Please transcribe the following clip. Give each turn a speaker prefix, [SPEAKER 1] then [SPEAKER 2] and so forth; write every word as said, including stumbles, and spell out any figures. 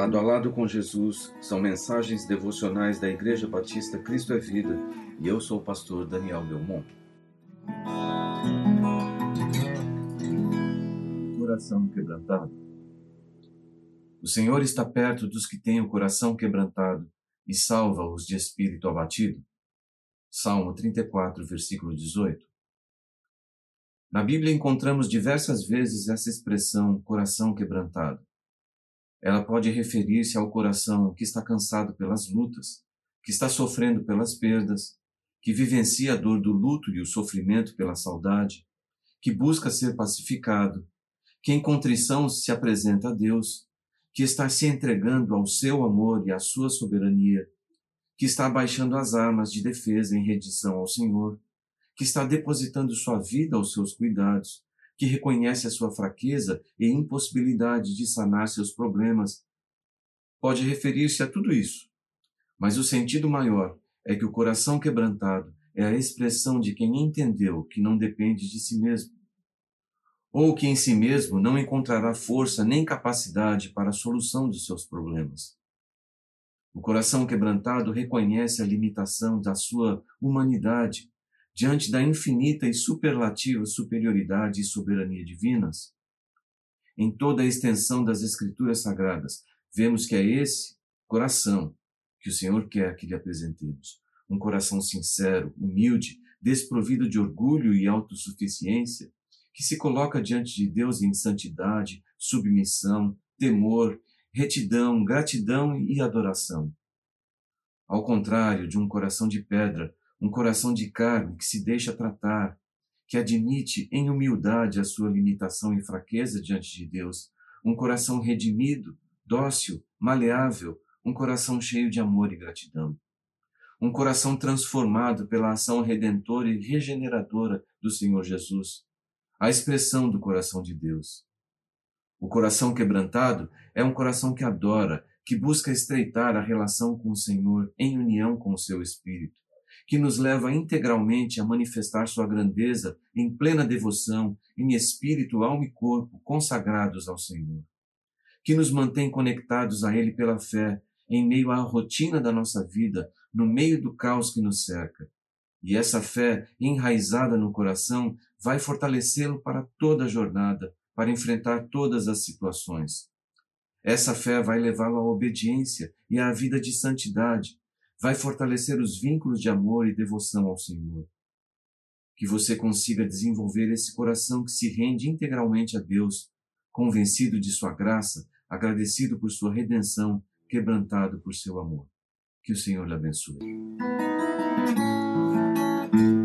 [SPEAKER 1] Lado a Lado com Jesus são mensagens devocionais da Igreja Batista Cristo é Vida, e eu sou o pastor Daniel Belmont. Coração quebrantado. O Senhor está perto dos que têm o coração quebrantado e salva-os de espírito abatido. Salmo trinta e quatro, versículo dezoito. Na Bíblia encontramos diversas vezes essa expressão coração quebrantado. Ela pode referir-se ao coração que está cansado pelas lutas, que está sofrendo pelas perdas, que vivencia a dor do luto e o sofrimento pela saudade, que busca ser pacificado, que em contrição se apresenta a Deus, que está se entregando ao seu amor e à sua soberania, que está abaixando as armas de defesa em rendição ao Senhor, que está depositando sua vida aos seus cuidados, que reconhece a sua fraqueza e impossibilidade de sanar seus problemas. Pode referir-se a tudo isso, mas o sentido maior é que o coração quebrantado é a expressão de quem entendeu que não depende de si mesmo, ou que em si mesmo não encontrará força nem capacidade para a solução dos seus problemas. O coração quebrantado reconhece a limitação da sua humanidade diante da infinita e superlativa superioridade e soberania divinas. Em toda a extensão das Escrituras Sagradas, vemos que é esse coração que o Senhor quer que lhe apresentemos. Um coração sincero, humilde, desprovido de orgulho e autossuficiência, que se coloca diante de Deus em santidade, submissão, temor, retidão, gratidão e adoração. Ao contrário de um coração de pedra, um coração de carne que se deixa tratar, que admite em humildade a sua limitação e fraqueza diante de Deus, um coração redimido, dócil, maleável, um coração cheio de amor e gratidão. Um coração transformado pela ação redentora e regeneradora do Senhor Jesus, a expressão do coração de Deus. O coração quebrantado é um coração que adora, que busca estreitar a relação com o Senhor em união com o seu Espírito, que nos leva integralmente a manifestar sua grandeza em plena devoção, em espírito, alma e corpo, consagrados ao Senhor, que nos mantém conectados a Ele pela fé, em meio à rotina da nossa vida, no meio do caos que nos cerca. E essa fé, enraizada no coração, vai fortalecê-lo para toda a jornada, para enfrentar todas as situações. Essa fé vai levá-lo à obediência e à vida de santidade, vai fortalecer os vínculos de amor e devoção ao Senhor. Que você consiga desenvolver esse coração que se rende integralmente a Deus, convencido de sua graça, agradecido por sua redenção, quebrantado por seu amor. Que o Senhor lhe abençoe.